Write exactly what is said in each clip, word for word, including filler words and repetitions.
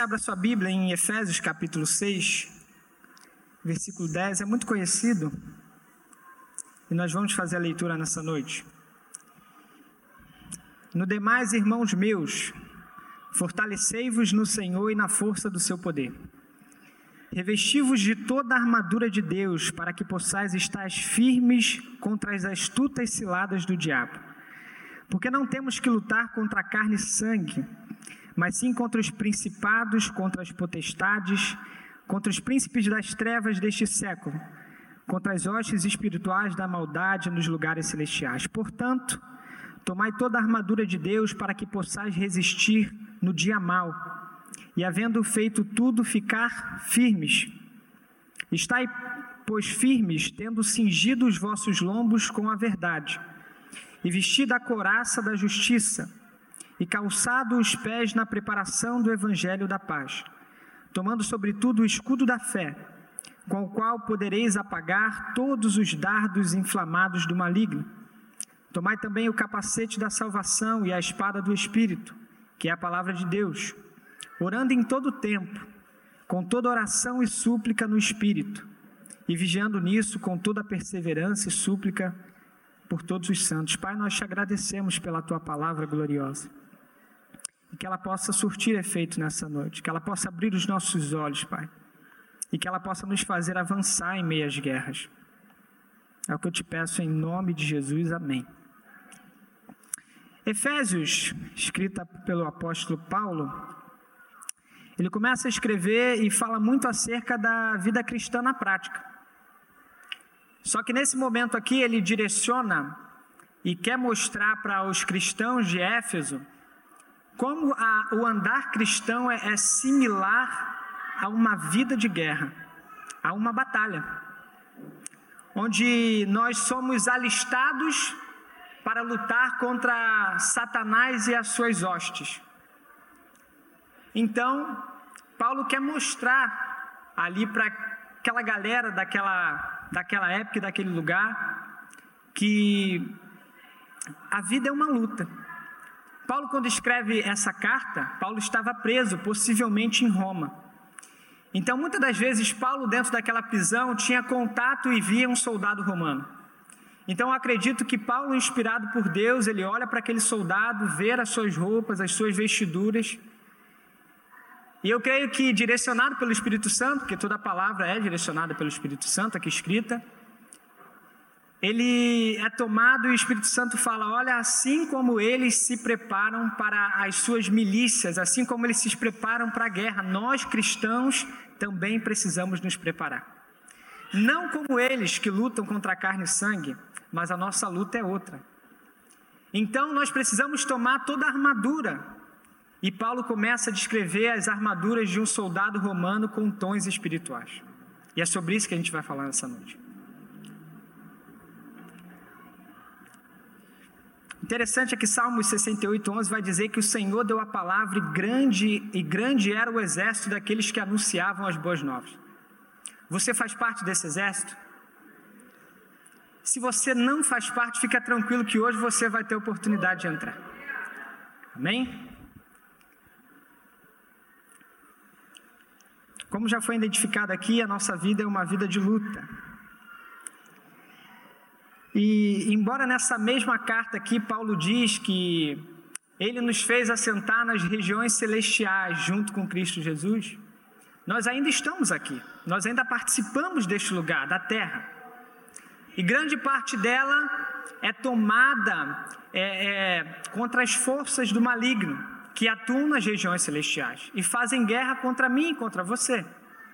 Abra sua Bíblia em Efésios capítulo seis, versículo dez, é muito conhecido e nós vamos fazer a leitura nessa noite. No demais, irmãos meus, fortalecei-vos no Senhor e na força do seu poder. Revesti-vos de toda a armadura de Deus, para que possais estar firmes contra as astutas ciladas do diabo. Porque não temos que lutar contra a carne e sangue, mas sim contra os principados, contra as potestades, contra os príncipes das trevas deste século, contra as hostes espirituais da maldade nos lugares celestiais. Portanto, tomai toda a armadura de Deus para que possais resistir no dia mau, e havendo feito tudo, ficar firmes. Estai, pois, firmes, tendo cingido os vossos lombos com a verdade, e vestida a couraça da justiça, e calçado os pés na preparação do evangelho da paz, tomando sobretudo o escudo da fé, com o qual podereis apagar todos os dardos inflamados do maligno. Tomai também o capacete da salvação e a espada do Espírito, que é a palavra de Deus, orando em todo o tempo, com toda oração e súplica no Espírito, e vigiando nisso com toda perseverança e súplica por todos os santos. Pai, nós te agradecemos pela tua palavra gloriosa, e que ela possa surtir efeito nessa noite, que ela possa abrir os nossos olhos, Pai, e que ela possa nos fazer avançar em meio às guerras. É o que eu te peço em nome de Jesus, amém. Efésios, escrita pelo apóstolo Paulo, ele começa a escrever e fala muito acerca da vida cristã na prática. Só que nesse momento aqui ele direciona e quer mostrar para os cristãos de Éfeso como a, o andar cristão é, é similar a uma vida de guerra, a uma batalha, onde nós somos alistados para lutar contra Satanás e as suas hostes. Então, Paulo quer mostrar ali para aquela galera daquela, daquela época e daquele lugar que a vida é uma luta. Paulo, quando escreve essa carta, Paulo estava preso, possivelmente em Roma. Então, muitas das vezes, Paulo, dentro daquela prisão, tinha contato e via um soldado romano. Então, eu acredito que Paulo, inspirado por Deus, ele olha para aquele soldado, vê as suas roupas, as suas vestiduras. E eu creio que, direcionado pelo Espírito Santo, porque toda a palavra é direcionada pelo Espírito Santo, aqui escrita, ele é tomado e o Espírito Santo fala: olha, assim como eles se preparam para as suas milícias, assim como eles se preparam para a guerra, nós cristãos também precisamos nos preparar. Não como eles que lutam contra a carne e sangue, mas a nossa luta é outra. Então nós precisamos tomar toda a armadura. E Paulo começa a descrever as armaduras de um soldado romano com tons espirituais. E é sobre isso que a gente vai falar nessa noite. Interessante é que Salmos sessenta e oito, onze vai dizer que o Senhor deu a palavra e grande, e grande era o exército daqueles que anunciavam as boas novas. Você faz parte desse exército? Se você não faz parte, fica tranquilo que hoje você vai ter a oportunidade de entrar. Amém? Como já foi identificado aqui, a nossa vida é uma vida de luta. E embora nessa mesma carta aqui, Paulo diz que ele nos fez assentar nas regiões celestiais junto com Cristo Jesus, nós ainda estamos aqui, nós ainda participamos deste lugar, da terra. E grande parte dela é tomada é, é, contra as forças do maligno, que atuam nas regiões celestiais e fazem guerra contra mim e contra você.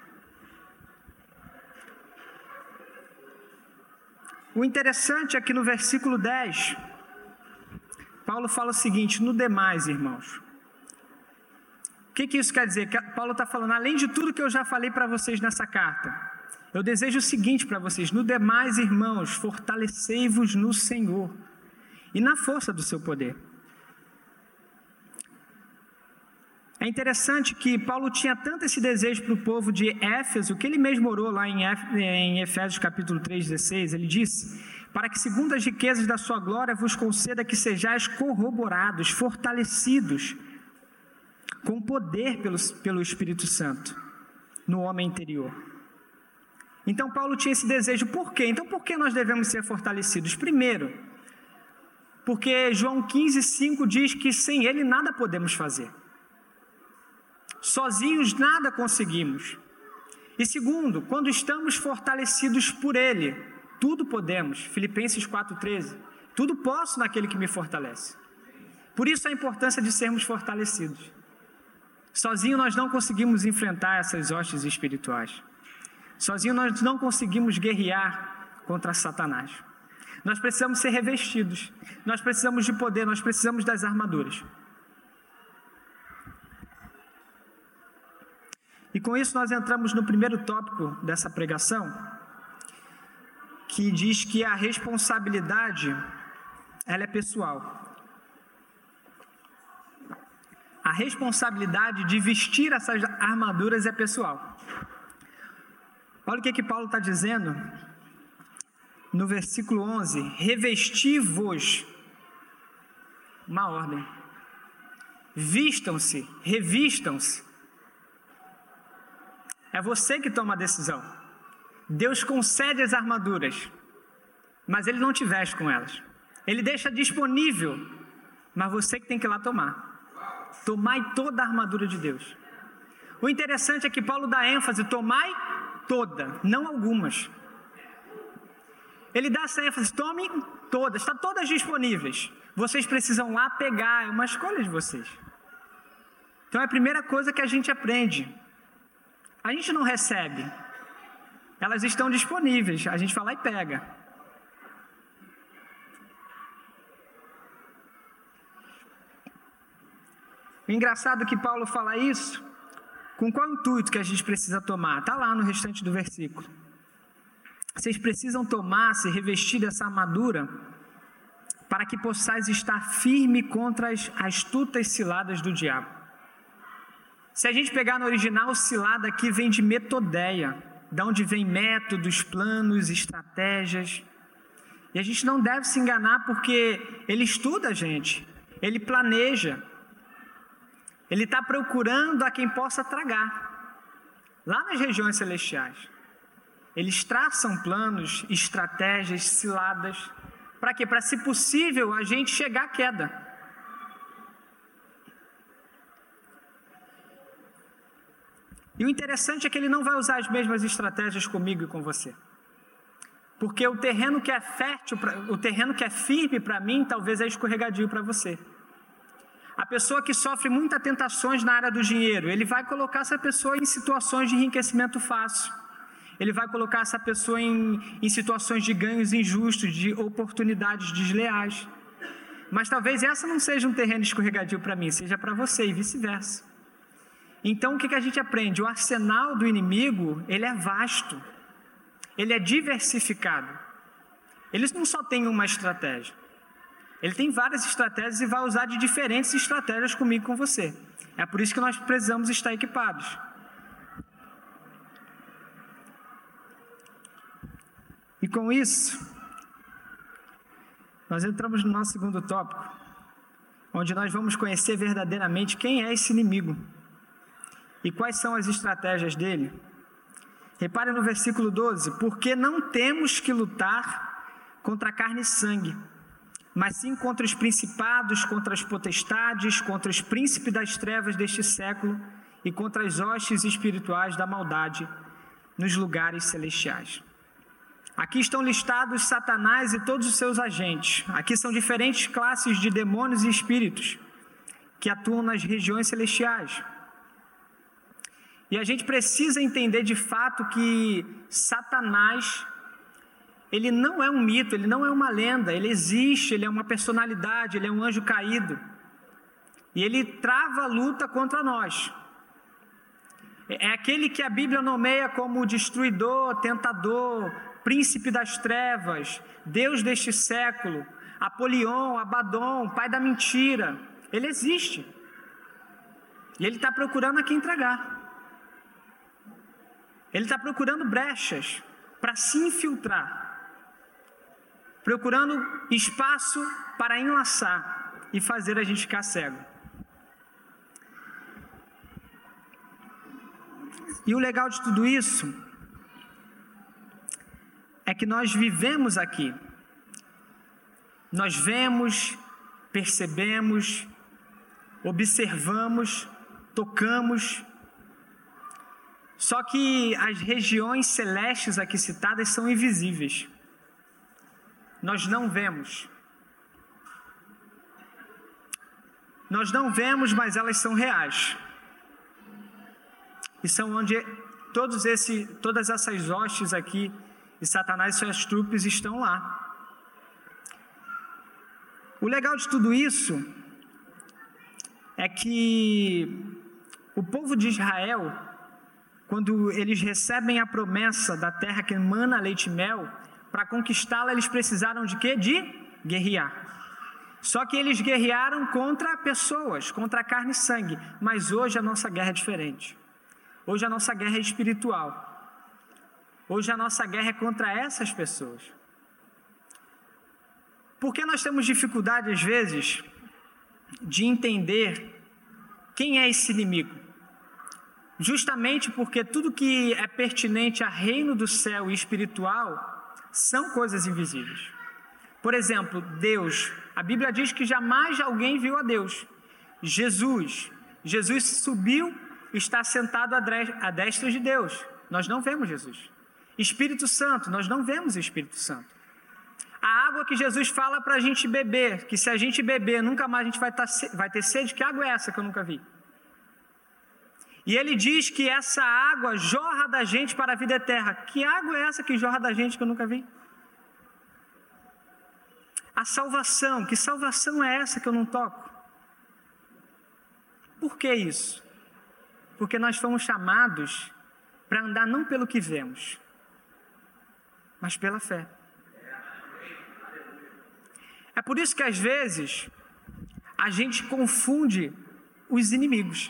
O interessante é que no versículo dez, Paulo fala o seguinte: no demais, irmãos. O que, que isso quer dizer? Que Paulo está falando, além de tudo que eu já falei para vocês nessa carta, eu desejo o seguinte para vocês: no demais, irmãos, fortalecei-vos no Senhor e na força do seu poder. É interessante que Paulo tinha tanto esse desejo para o povo de Éfeso, que ele mesmo orou lá em Efésios capítulo três, dezesseis, ele disse: para que segundo as riquezas da sua glória vos conceda que sejais corroborados, fortalecidos, com poder pelo, pelo Espírito Santo no homem interior. Então Paulo tinha esse desejo. Por quê? Então por que nós devemos ser fortalecidos? Primeiro, porque João quinze, cinco diz que sem Ele nada podemos fazer. Sozinhos nada conseguimos. E segundo, quando estamos fortalecidos por Ele, tudo podemos. Filipenses quatro, treze. Tudo posso naquele que me fortalece. Por isso a importância de sermos fortalecidos. Sozinho nós não conseguimos enfrentar essas hostes espirituais. Sozinho nós não conseguimos guerrear contra Satanás. Nós precisamos ser revestidos. Nós precisamos de poder, nós precisamos das armaduras. E com isso nós entramos no primeiro tópico dessa pregação, que diz que a responsabilidade, ela é pessoal. A responsabilidade de vestir essas armaduras é pessoal. Olha o que, que Paulo está dizendo no versículo onze: revesti-vos, uma ordem, vistam-se, revistam-se. É você que toma a decisão. Deus concede as armaduras, mas Ele não te veste com elas. Ele deixa disponível, mas você que tem que ir lá tomar. Tomai toda a armadura de Deus. O interessante é que Paulo dá ênfase: tomai toda, não algumas. Ele dá essa ênfase: tome todas, está todas disponíveis. Vocês precisam lá pegar, é uma escolha de vocês. Então é a primeira coisa que a gente aprende. A gente não recebe, elas estão disponíveis, a gente vai lá e pega. O engraçado é que Paulo fala isso, com qual intuito que a gente precisa tomar? Está lá no restante do versículo. Vocês precisam tomar, se revestir dessa armadura, para que possais estar firme contra as astutas ciladas do diabo. Se a gente pegar no original, cilada aqui vem de metodeia, da onde vem métodos, planos, estratégias. E a gente não deve se enganar, porque ele estuda a gente, ele planeja, ele está procurando a quem possa tragar. Lá nas regiões celestiais, eles traçam planos, estratégias, ciladas. Para quê? Para, se possível, a gente chegar à queda. E o interessante é que ele não vai usar as mesmas estratégias comigo e com você. Porque o terreno que é fértil, pra, o terreno que é firme para mim, talvez é escorregadio para você. A pessoa que sofre muitas tentações na área do dinheiro, ele vai colocar essa pessoa em situações de enriquecimento fácil. Ele vai colocar essa pessoa em, em situações de ganhos injustos, de oportunidades desleais. Mas talvez essa não seja um terreno escorregadio para mim, seja para você e vice-versa. Então o que, que a gente aprende? O arsenal do inimigo, ele é vasto. Ele é diversificado. Ele não só tem uma estratégia. Ele tem várias estratégias e vai usar de diferentes estratégias comigo e com você. É por isso que nós precisamos estar equipados. E com isso, nós entramos no nosso segundo tópico, onde nós vamos conhecer verdadeiramente quem é esse inimigo e quais são as estratégias dele. Repare no versículo doze: porque não temos que lutar contra carne e sangue, mas sim contra os principados, contra as potestades, contra os príncipes das trevas deste século e contra as hostes espirituais da maldade nos lugares celestiais. Aqui estão listados Satanás e todos os seus agentes. Aqui são diferentes classes de demônios e espíritos que atuam nas regiões celestiais. E a gente precisa entender de fato que Satanás, ele não é um mito, ele não é uma lenda, ele existe, ele é uma personalidade, ele é um anjo caído. E ele trava a luta contra nós. É aquele que a Bíblia nomeia como destruidor, tentador, príncipe das trevas, Deus deste século, Apolion, Abaddon, pai da mentira. Ele existe. E ele está procurando a quem tragar. Ele está procurando brechas para se infiltrar, procurando espaço para enlaçar e fazer a gente ficar cego. E o legal de tudo isso é que nós vivemos aqui. Nós vemos, percebemos, observamos, tocamos. Só que as regiões celestes aqui citadas são invisíveis. Nós não vemos. Nós não vemos, mas elas são reais. E são onde todos esse, todas essas hostes aqui, e Satanás e suas trupes estão lá. O legal de tudo isso é que o povo de Israel, quando eles recebem a promessa da terra que emana leite e mel, para conquistá-la eles precisaram de quê? De guerrear. Só que eles guerrearam contra pessoas, contra carne e sangue. Mas hoje a nossa guerra é diferente. Hoje a nossa guerra é espiritual. Hoje a nossa guerra é contra essas pessoas. Porque nós temos dificuldade, às vezes, de entender quem é esse inimigo. Justamente porque tudo que é pertinente a reino do céu e espiritual são coisas invisíveis. Por exemplo, Deus. A Bíblia diz que jamais alguém viu a Deus. Jesus. Jesus subiu e está sentado à destra de Deus. Nós não vemos Jesus. Espírito Santo. Nós não vemos o Espírito Santo. A água que Jesus fala para a gente beber, que se a gente beber, nunca mais a gente vai, tá, vai ter sede. Que água é essa que eu nunca vi? E ele diz que essa água jorra da gente para a vida eterna. Que água é essa que jorra da gente que eu nunca vi? A salvação. Que salvação é essa que eu não toco? Por que isso? Porque nós fomos chamados para andar não pelo que vemos, mas pela fé. É por isso que às vezes a gente confunde os inimigos.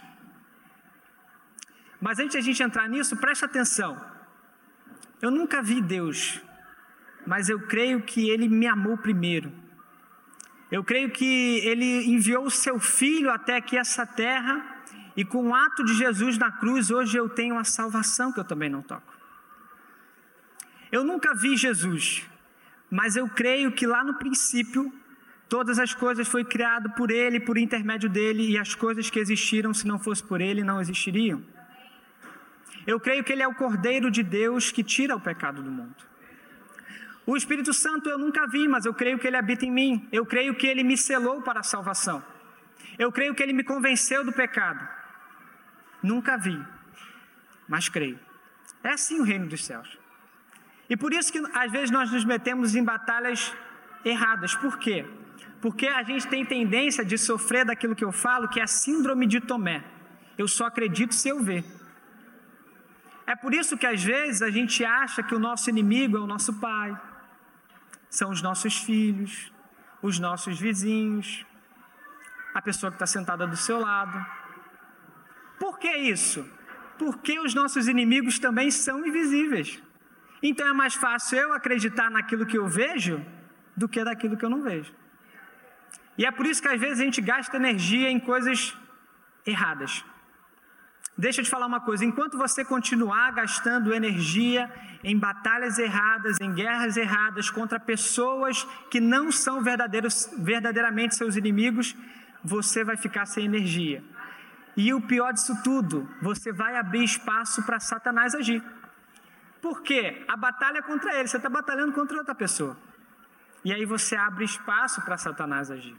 Mas antes de a gente entrar nisso, preste atenção. Eu nunca vi Deus, mas eu creio que Ele me amou primeiro. Eu creio que Ele enviou o Seu Filho até aqui essa terra, e com o ato de Jesus na cruz, hoje eu tenho a salvação que eu também não toco. Eu nunca vi Jesus, mas eu creio que lá no princípio, todas as coisas foram criadas por Ele, por intermédio dEle, e as coisas que existiram, se não fosse por Ele, não existiriam. Eu creio que Ele é o Cordeiro de Deus que tira o pecado do mundo. O Espírito Santo eu nunca vi, mas eu creio que Ele habita em mim. Eu creio que Ele me selou para a salvação. Eu creio que Ele me convenceu do pecado. Nunca vi, mas creio. É assim o reino dos céus. E por isso que às vezes nós nos metemos em batalhas erradas. Por quê? Porque a gente tem tendência de sofrer daquilo que eu falo, que é a síndrome de Tomé. Eu só acredito se eu ver. É por isso que às vezes a gente acha que o nosso inimigo é o nosso pai, são os nossos filhos, os nossos vizinhos, a pessoa que está sentada do seu lado. Por que isso? Porque os nossos inimigos também são invisíveis. Então é mais fácil eu acreditar naquilo que eu vejo do que naquilo que eu não vejo. E é por isso que às vezes a gente gasta energia em coisas erradas. Deixa eu te falar uma coisa, enquanto você continuar gastando energia em batalhas erradas, em guerras erradas, contra pessoas que não são verdadeiros, verdadeiramente seus inimigos, você vai ficar sem energia. E o pior disso tudo, você vai abrir espaço para Satanás agir. Por quê? A batalha é contra ele, você está batalhando contra outra pessoa. E aí você abre espaço para Satanás agir.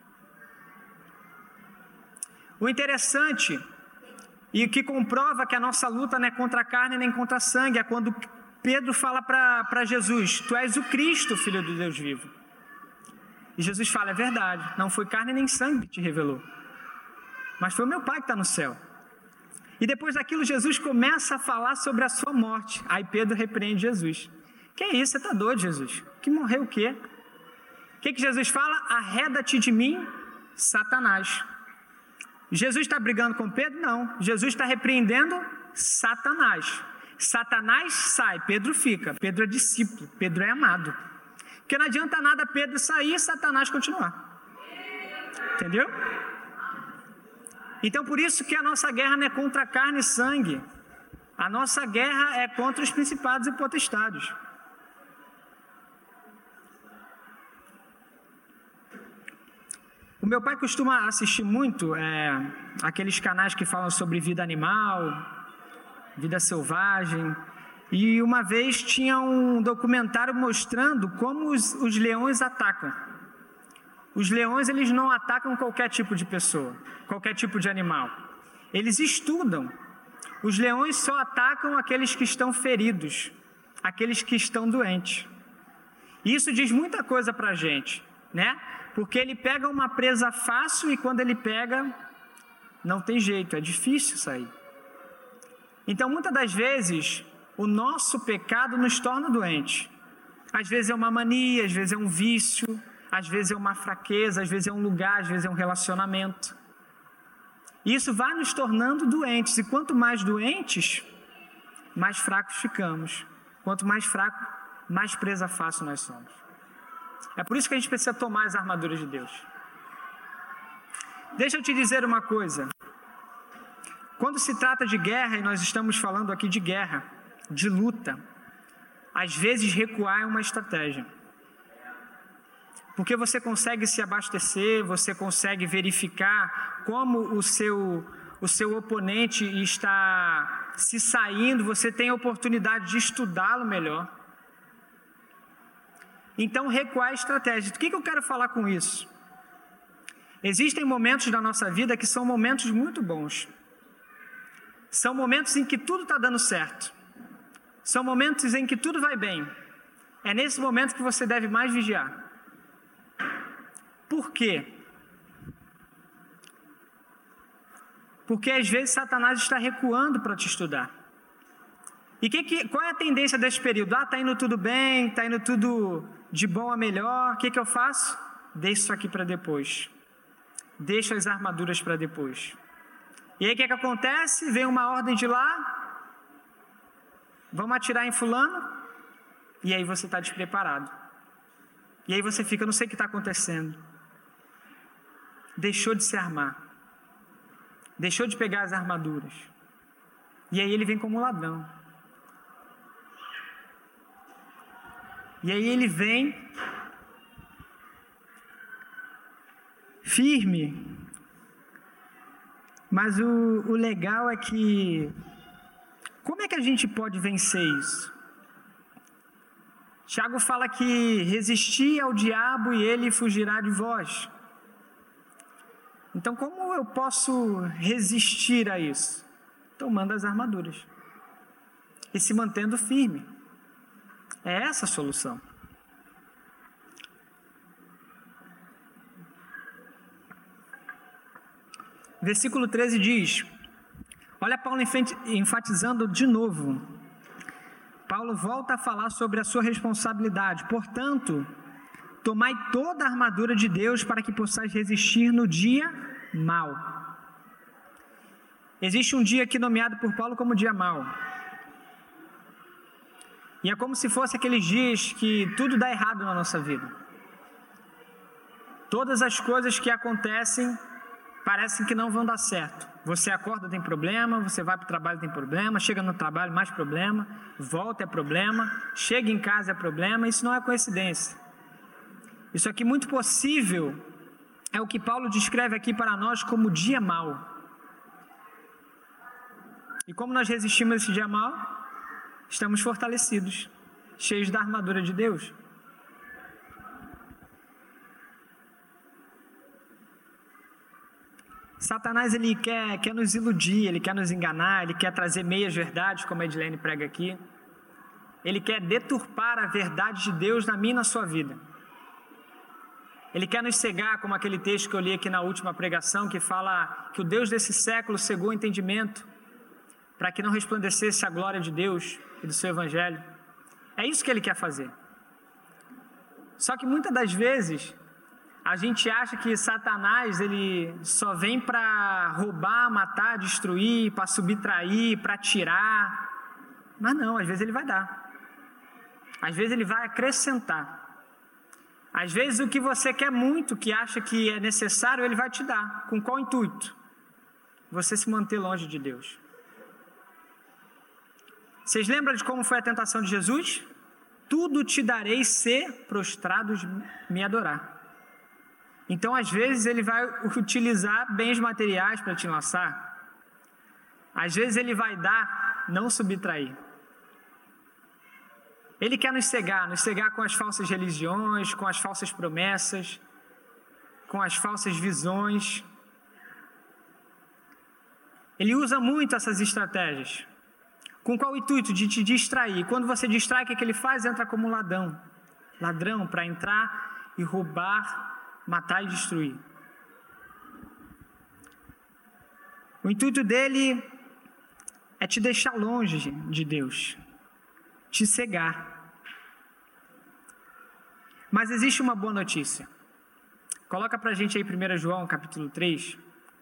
O interessante, e o que comprova que a nossa luta não é contra a carne nem contra a sangue, é quando Pedro fala para Jesus, tu és o Cristo, Filho de Deus vivo. E Jesus fala, é verdade, não foi carne nem sangue que te revelou, mas foi o meu Pai que está no céu. E depois daquilo Jesus começa a falar sobre a sua morte. Aí Pedro repreende Jesus. Que é isso, você está doido, Jesus? Que morreu o quê? O que, que Jesus fala? Arreda-te de mim, Satanás. Jesus está brigando com Pedro? Não. Jesus está repreendendo Satanás. Satanás sai, Pedro fica. Pedro é discípulo, Pedro é amado. Porque não adianta nada Pedro sair e Satanás continuar. Entendeu? Então por isso que a nossa guerra não é contra carne e sangue, A nossa guerra é contra os principados e potestades. O meu pai costuma assistir muito é, aqueles canais que falam sobre vida animal, vida selvagem. E uma vez tinha um documentário mostrando como os, os leões atacam. Os leões, eles não atacam qualquer tipo de pessoa, qualquer tipo de animal. Eles estudam. Os leões só atacam aqueles que estão feridos, aqueles que estão doentes. E isso diz muita coisa pra gente, né? Porque ele pega uma presa fácil e quando ele pega, não tem jeito, é difícil sair. Então, muitas das vezes, o nosso pecado nos torna doentes. Às vezes é uma mania, às vezes é um vício, às vezes é uma fraqueza, às vezes é um lugar, às vezes é um relacionamento. E isso vai nos tornando doentes. E quanto mais doentes, mais fracos ficamos. Quanto mais fraco, mais presa fácil nós somos. É por isso que a gente precisa tomar as armaduras de Deus. Deixa eu te dizer uma coisa. Quando se trata de guerra, e nós estamos falando aqui de guerra, de luta, às vezes recuar é uma estratégia. Porque você consegue se abastecer, você consegue verificar como o seu, o seu oponente está se saindo, você tem a oportunidade de estudá-lo melhor. Então, recuar é estratégia. O que eu quero falar com isso? Existem momentos da nossa vida que são momentos muito bons. São momentos em que tudo está dando certo. São momentos em que tudo vai bem. É nesse momento que você deve mais vigiar. Por quê? Porque às vezes Satanás está recuando para te estudar. E que, que, qual é a tendência desse período? Ah, está indo tudo bem, está indo tudo de bom a melhor. O que, que eu faço? Deixo isso aqui para depois. Deixo as armaduras para depois. E aí o que, que acontece? Vem uma ordem de lá. Vamos atirar em fulano. E aí você está despreparado. E aí você fica, não sei o que está acontecendo. Deixou de se armar. Deixou de pegar as armaduras. E aí ele vem como ladrão. E aí ele vem firme. Mas o, o legal é que, como é que a gente pode vencer isso? Tiago fala que resistir ao diabo e ele fugirá de vós. Então, como eu posso resistir a isso? Tomando as armaduras e se mantendo firme. É essa a solução. Versículo treze diz, olha Paulo enfatizando de novo. Paulo volta a falar sobre a sua responsabilidade. Portanto, tomai toda a armadura de Deus para que possais resistir no dia mau. Existe um dia aqui nomeado por Paulo como dia mau. E é como se fosse aqueles dias que tudo dá errado na nossa vida. Todas as coisas que acontecem parecem que não vão dar certo. Você acorda, tem problema, você vai para o trabalho, tem problema, chega no trabalho, mais problema, volta, é problema, chega em casa, é problema. Isso não é coincidência. Isso aqui, muito possível, é o que Paulo descreve aqui para nós como dia mau. E como nós resistimos a esse dia mau? Estamos fortalecidos, cheios da armadura de Deus. Satanás, ele quer, quer nos iludir, ele quer nos enganar, ele quer trazer meias verdades, como a Edilene prega aqui. Ele quer deturpar a verdade de Deus na minha e na sua vida. Ele quer nos cegar, como aquele texto que eu li aqui na última pregação, que fala que o Deus desse século cegou o entendimento, para que não resplandecesse a glória de Deus e do seu evangelho. É isso que ele quer fazer. Só que muitas das vezes a gente acha que Satanás ele só vem para roubar, matar, destruir, para subtrair, para tirar. Mas não, às vezes ele vai dar. Às vezes ele vai acrescentar. Às vezes o que você quer muito, que acha que é necessário, ele vai te dar. Com qual intuito? Você se manter longe de Deus. Vocês lembram de como foi a tentação de Jesus? Tudo te darei se prostrados me adorar. Então, às vezes, ele vai utilizar bens materiais para te lançar. Às vezes, ele vai dar, não subtrair. Ele quer nos cegar, nos cegar com as falsas religiões, com as falsas promessas, com as falsas visões. Ele usa muito essas estratégias. Com qual intuito? De te distrair. Quando você distrai, o que, é que ele faz? Entra como ladrão. Ladrão para entrar e roubar, matar e destruir. O intuito dele é te deixar longe de Deus, te cegar. Mas existe uma boa notícia. Coloca pra gente aí primeiro João, capítulo três.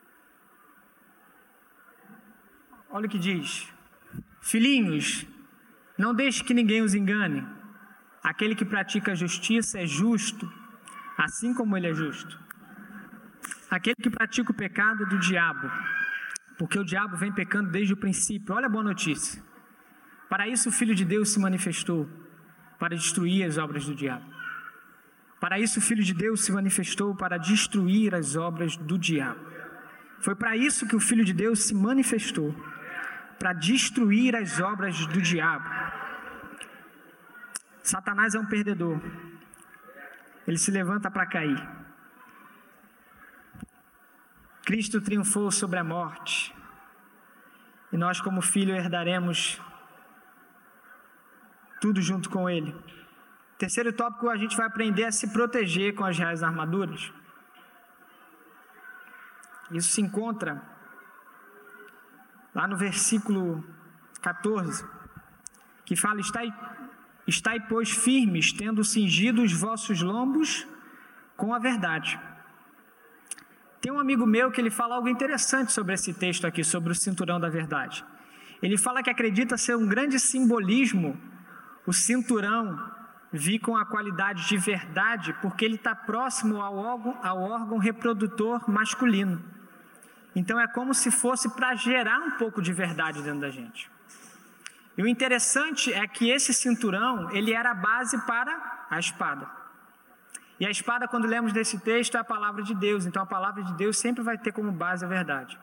Olha o que diz. Filhinhos, não deixe que ninguém os engane. Aquele que pratica a justiça é justo, assim como ele é justo. Aquele que pratica o pecado é do diabo, porque o diabo vem pecando desde o princípio. Olha a boa notícia. Para isso o Filho de Deus se manifestou, para destruir as obras do diabo. Para isso o Filho de Deus se manifestou, para destruir as obras do diabo. Foi para isso que o Filho de Deus se manifestou, para destruir as obras do diabo. Satanás é um perdedor. Ele se levanta para cair. Cristo triunfou sobre a morte. E nós, como filho, herdaremos tudo junto com ele. Terceiro tópico, a gente vai aprender a se proteger com as reais armaduras. Isso se encontra lá no versículo catorze, que fala: Estai, estai pois firmes, tendo cingido os vossos lombos com a verdade. Tem um amigo meu que ele fala algo interessante sobre esse texto aqui, sobre o cinturão da verdade. Ele fala que acredita ser um grande simbolismo o cinturão vir com a qualidade de verdade, porque ele está próximo ao órgão, ao órgão reprodutor masculino. Então é como se fosse para gerar um pouco de verdade dentro da gente. E o interessante é que esse cinturão, ele era a base para a espada. E a espada, quando lemos desse texto, é a palavra de Deus. Então a palavra de Deus sempre vai ter como base a verdade.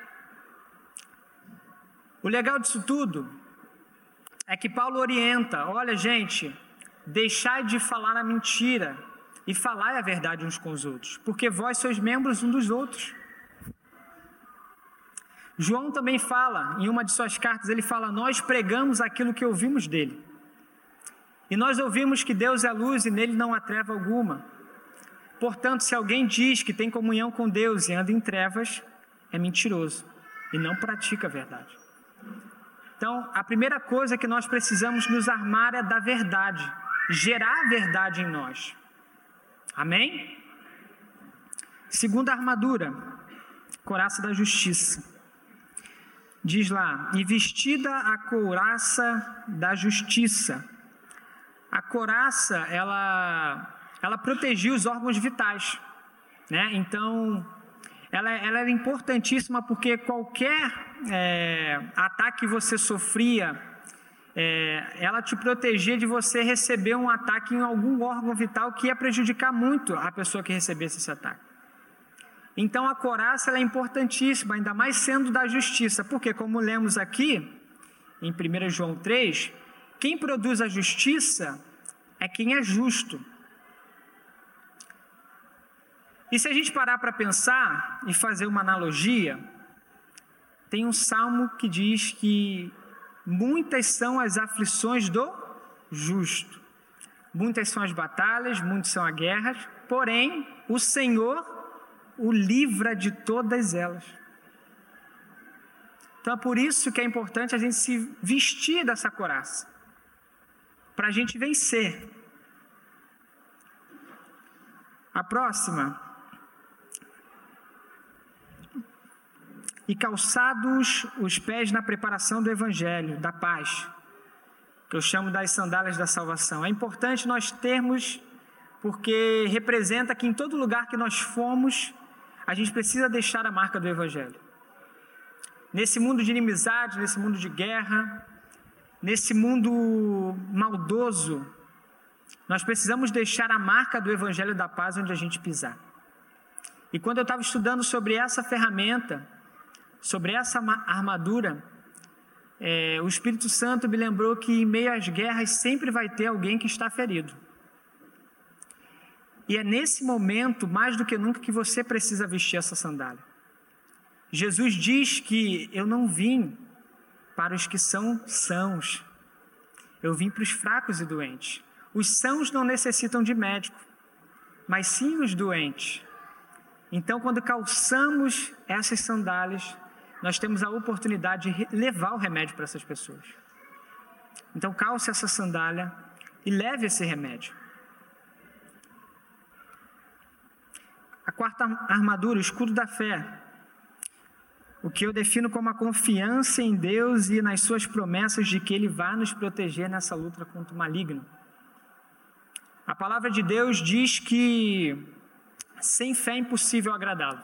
O legal disso tudo é que Paulo orienta: olha, gente, deixai de falar a mentira e falai a verdade uns com os outros, porque vós sois membros uns dos outros. João também fala, em uma de suas cartas, ele fala: nós pregamos aquilo que ouvimos dele. E nós ouvimos que Deus é luz e nele não há treva alguma. Portanto, se alguém diz que tem comunhão com Deus e anda em trevas, é mentiroso e não pratica a verdade. Então, a primeira coisa que nós precisamos nos armar é da verdade, gerar a verdade em nós. Amém? Segunda armadura, couraça da justiça. Diz lá: e vestida a couraça da justiça. A couraça, ela, ela protegia os órgãos vitais, né? Então, ela, ela era importantíssima porque qualquer é, ataque que você sofria, é, ela te protegia de você receber um ataque em algum órgão vital que ia prejudicar muito a pessoa que recebesse esse ataque. Então, a couraça ela é importantíssima, ainda mais sendo da justiça, porque, como lemos aqui, em primeiro João três, quem produz a justiça é quem é justo. E se a gente parar para pensar e fazer uma analogia, tem um salmo que diz que muitas são as aflições do justo. Muitas são as batalhas, muitas são as guerras, porém o Senhor o livra de todas elas. Então é por isso que é importante a gente se vestir dessa couraça, para a gente vencer. A próxima: e calçados os pés na preparação do evangelho, da paz, que eu chamo das sandálias da salvação. É importante nós termos, porque representa que em todo lugar que nós formos, a gente precisa deixar a marca do evangelho. Nesse mundo de inimizade, nesse mundo de guerra, nesse mundo maldoso, nós precisamos deixar a marca do Evangelho da Paz onde a gente pisar. E quando eu estava estudando sobre essa ferramenta, sobre essa armadura, é, o Espírito Santo me lembrou que em meio às guerras sempre vai ter alguém que está ferido. E é nesse momento, mais do que nunca, que você precisa vestir essa sandália. Jesus diz que eu não vim para os que são sãos, eu vim para os fracos e doentes. Os sãos não necessitam de médico, mas sim os doentes. Então, quando calçamos essas sandálias, nós temos a oportunidade de levar o remédio para essas pessoas. Então, calce essa sandália e leve esse remédio. A quarta armadura, o escudo da fé. O que eu defino como a confiança em Deus e nas suas promessas de que Ele vai nos proteger nessa luta contra o maligno. A palavra de Deus diz que sem fé é impossível agradá-lo.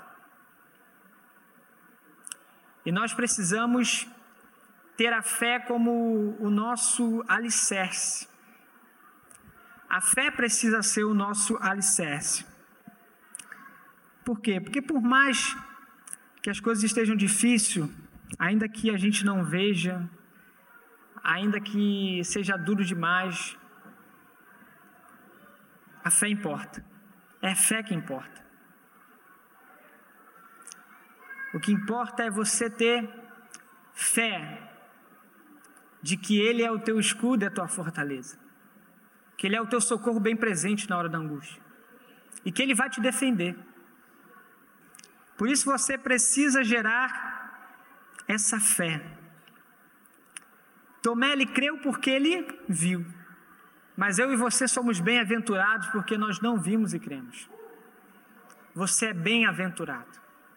E nós precisamos ter a fé como o nosso alicerce. A fé precisa ser o nosso alicerce. Por quê? Porque por mais que as coisas estejam difíceis, ainda que a gente não veja, ainda que seja duro demais, a fé importa. É a fé que importa. O que importa é você ter fé de que Ele é o teu escudo e a tua fortaleza. Que Ele é o teu socorro bem presente na hora da angústia. E que Ele vai te defender. Por isso você precisa gerar essa fé. Tomé, ele creu porque ele viu. Mas eu e você somos bem-aventurados porque nós não vimos e cremos. Você é bem-aventurado.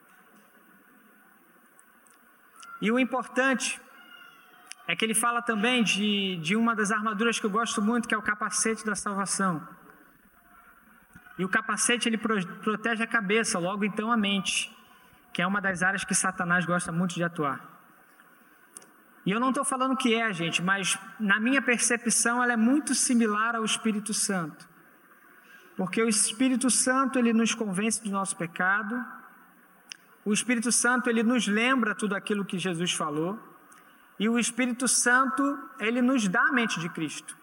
E o importante é que ele fala também de, de uma das armaduras que eu gosto muito, que é o capacete da salvação. E o capacete, ele pro, protege a cabeça, logo então a mente, que é uma das áreas que Satanás gosta muito de atuar. E eu não estou falando que é, gente, mas na minha percepção ela é muito similar ao Espírito Santo. Porque o Espírito Santo, ele nos convence do nosso pecado. O Espírito Santo, ele nos lembra tudo aquilo que Jesus falou. E o Espírito Santo, ele nos dá a mente de Cristo.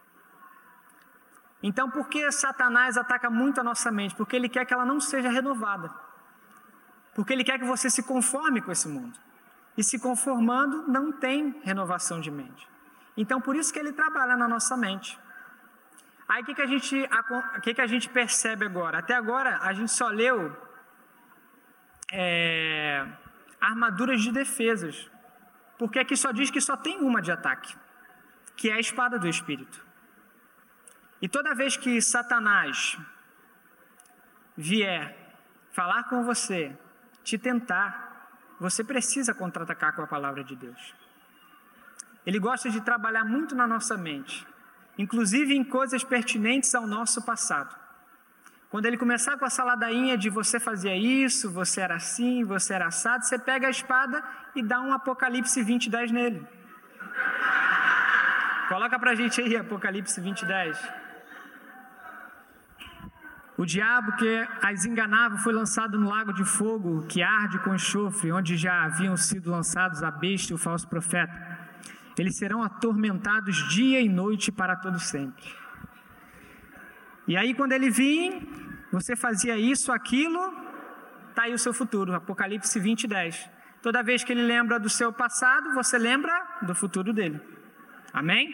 Então, por que Satanás ataca muito a nossa mente? Porque ele quer que ela não seja renovada. Porque ele quer que você se conforme com esse mundo. E se conformando, não tem renovação de mente. Então, por isso que ele trabalha na nossa mente. Aí, o que, que, a gente, o que, que a gente percebe agora? Até agora, a gente só leu é, armaduras de defesas. Porque aqui só diz que só tem uma de ataque, que é a espada do Espírito. E toda vez que Satanás vier falar com você, te tentar, você precisa contra-atacar com a palavra de Deus. Ele gosta de trabalhar muito na nossa mente, inclusive em coisas pertinentes ao nosso passado. Quando ele começar com essa ladainha de você fazia isso, você era assim, você era assado, você pega a espada e dá um Apocalipse vinte, dez nele. Coloca pra gente aí, Apocalipse vinte, dez. O diabo que as enganava foi lançado no lago de fogo, que arde com enxofre, onde já haviam sido lançados a besta e o falso profeta. Eles serão atormentados dia e noite para todo sempre. E aí, quando ele vir, você fazia isso, aquilo, está aí o seu futuro. Apocalipse vinte, dez. Toda vez que ele lembra do seu passado, você lembra do futuro dele. Amém?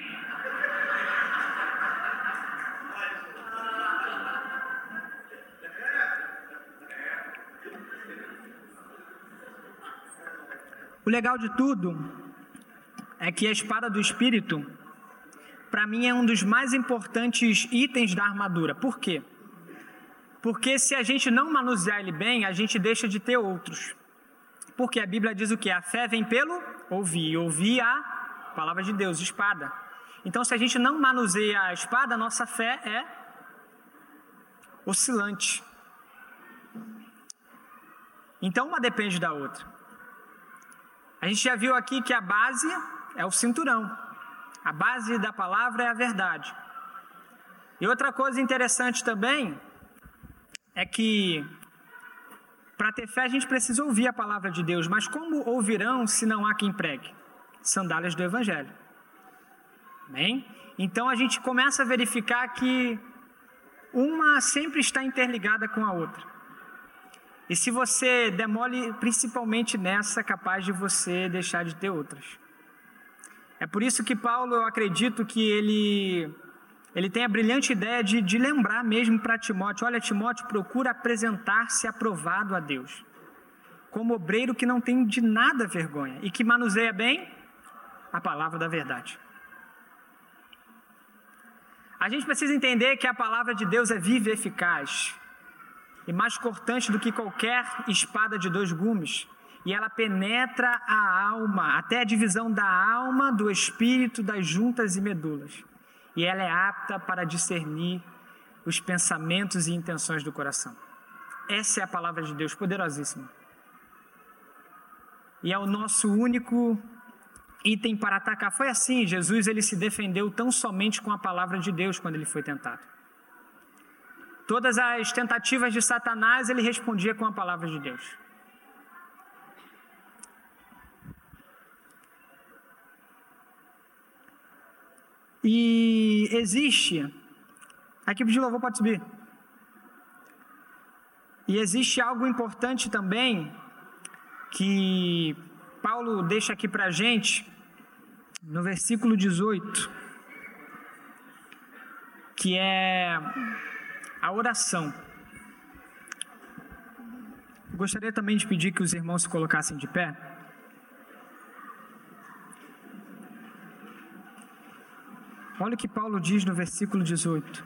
O legal de tudo é que a espada do Espírito, para mim, é um dos mais importantes itens da armadura. Por quê? Porque se a gente não manusear ele bem, a gente deixa de ter outros. Porque a Bíblia diz o quê? A fé vem pelo ouvir. Ouvir a palavra de Deus, espada. Então, se a gente não manuseia a espada, a nossa fé é oscilante. Então, uma depende da outra. A gente já viu aqui que a base é o cinturão. A base da palavra é a verdade. E outra coisa interessante também é que para ter fé a gente precisa ouvir a palavra de Deus, mas como ouvirão se não há quem pregue? Sandálias do Evangelho. Amém? Então a gente começa a verificar que uma sempre está interligada com a outra. E se você demole principalmente nessa, é capaz de você deixar de ter outras. É por isso que Paulo, eu acredito que ele, ele tem a brilhante ideia de, de lembrar mesmo para Timóteo: olha, Timóteo, procura apresentar-se aprovado a Deus, como obreiro que não tem de nada vergonha e que manuseia bem a palavra da verdade. A gente precisa entender que a palavra de Deus é viva e eficaz, e mais cortante do que qualquer espada de dois gumes, e ela penetra a alma, até a divisão da alma, do espírito, das juntas e medulas, e ela é apta para discernir os pensamentos e intenções do coração. Essa é a palavra de Deus, poderosíssima, e é o nosso único item para atacar. Foi assim, Jesus ele se defendeu tão somente com a palavra de Deus quando ele foi tentado. Todas as tentativas de Satanás ele respondia com a palavra de Deus. E existe, a equipe de louvor pode subir, e existe algo importante também que Paulo deixa aqui para a gente, no versículo dezoito, que é a oração. Gostaria também de pedir que os irmãos se colocassem de pé. Olha o que Paulo diz no versículo dezoito.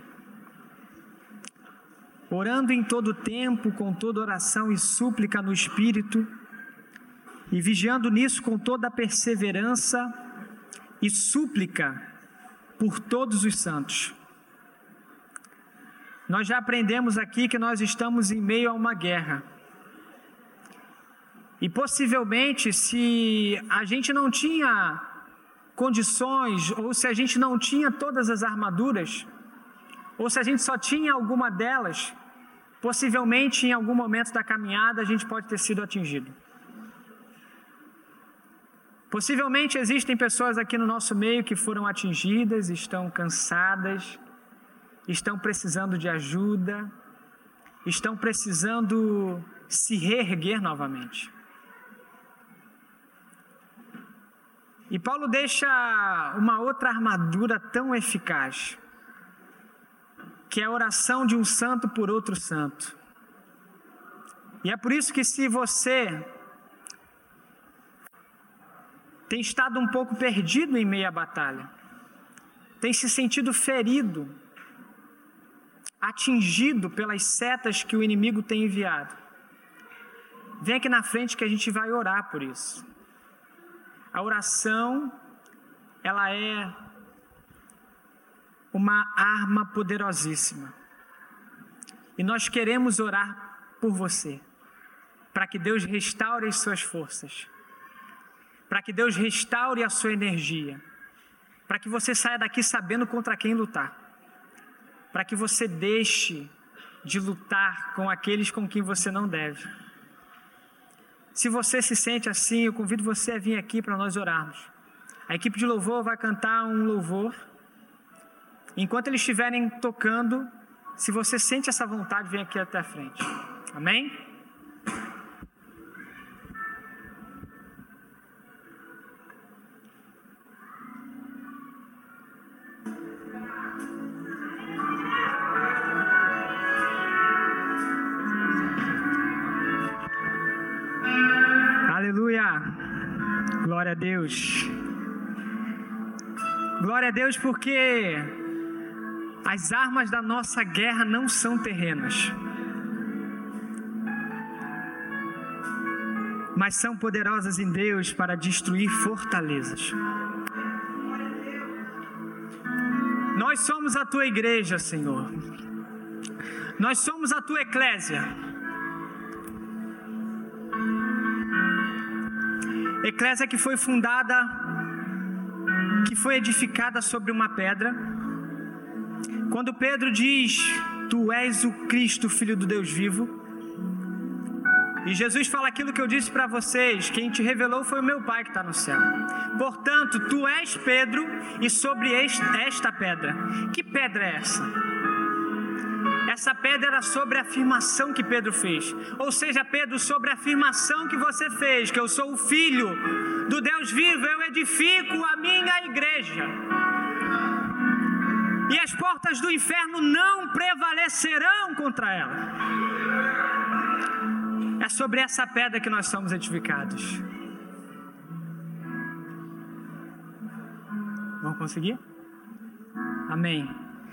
Orando em todo tempo, com toda oração e súplica no Espírito, e vigiando nisso com toda a perseverança e súplica por todos os santos. Nós já aprendemos aqui que nós estamos em meio a uma guerra. E possivelmente, se a gente não tinha condições, ou se a gente não tinha todas as armaduras, ou se a gente só tinha alguma delas, possivelmente em algum momento da caminhada a gente pode ter sido atingido. Possivelmente existem pessoas aqui no nosso meio que foram atingidas, estão cansadas, estão precisando de ajuda, estão precisando se reerguer novamente. E Paulo deixa uma outra armadura tão eficaz, que é a oração de um santo por outro santo. E é por isso que, se você tem estado um pouco perdido em meio à batalha, tem se sentido ferido, atingido pelas setas que o inimigo tem enviado, vem aqui na frente que a gente vai orar por isso. A oração, ela é uma arma poderosíssima, e nós queremos orar por você, para que Deus restaure as suas forças, para que Deus restaure a sua energia, para que você saia daqui sabendo contra quem lutar, para que você deixe de lutar com aqueles com quem você não deve. Se você se sente assim, eu convido você a vir aqui para nós orarmos. A equipe de louvor vai cantar um louvor. Enquanto eles estiverem tocando, se você sente essa vontade, vem aqui até a frente. Amém? Aleluia! Glória a Deus! Glória a Deus, porque as armas da nossa guerra não são terrenas, mas são poderosas em Deus para destruir fortalezas. Nós somos a tua igreja, Senhor. Nós somos a tua eclésia. Eclésia que foi fundada que foi edificada sobre uma pedra. Quando Pedro diz: tu és o Cristo, Filho do Deus vivo, e Jesus fala aquilo que eu disse para vocês: quem te revelou foi o meu Pai que está no céu. Portanto, tu és Pedro, e sobre esta pedra. Que pedra é essa? Essa pedra era sobre a afirmação que Pedro fez. Ou seja, Pedro, sobre a afirmação que você fez, que eu sou o Filho do Deus vivo, eu edifico a minha igreja, e as portas do inferno não prevalecerão contra ela. É sobre essa pedra que nós somos edificados. Vamos conseguir? Amém.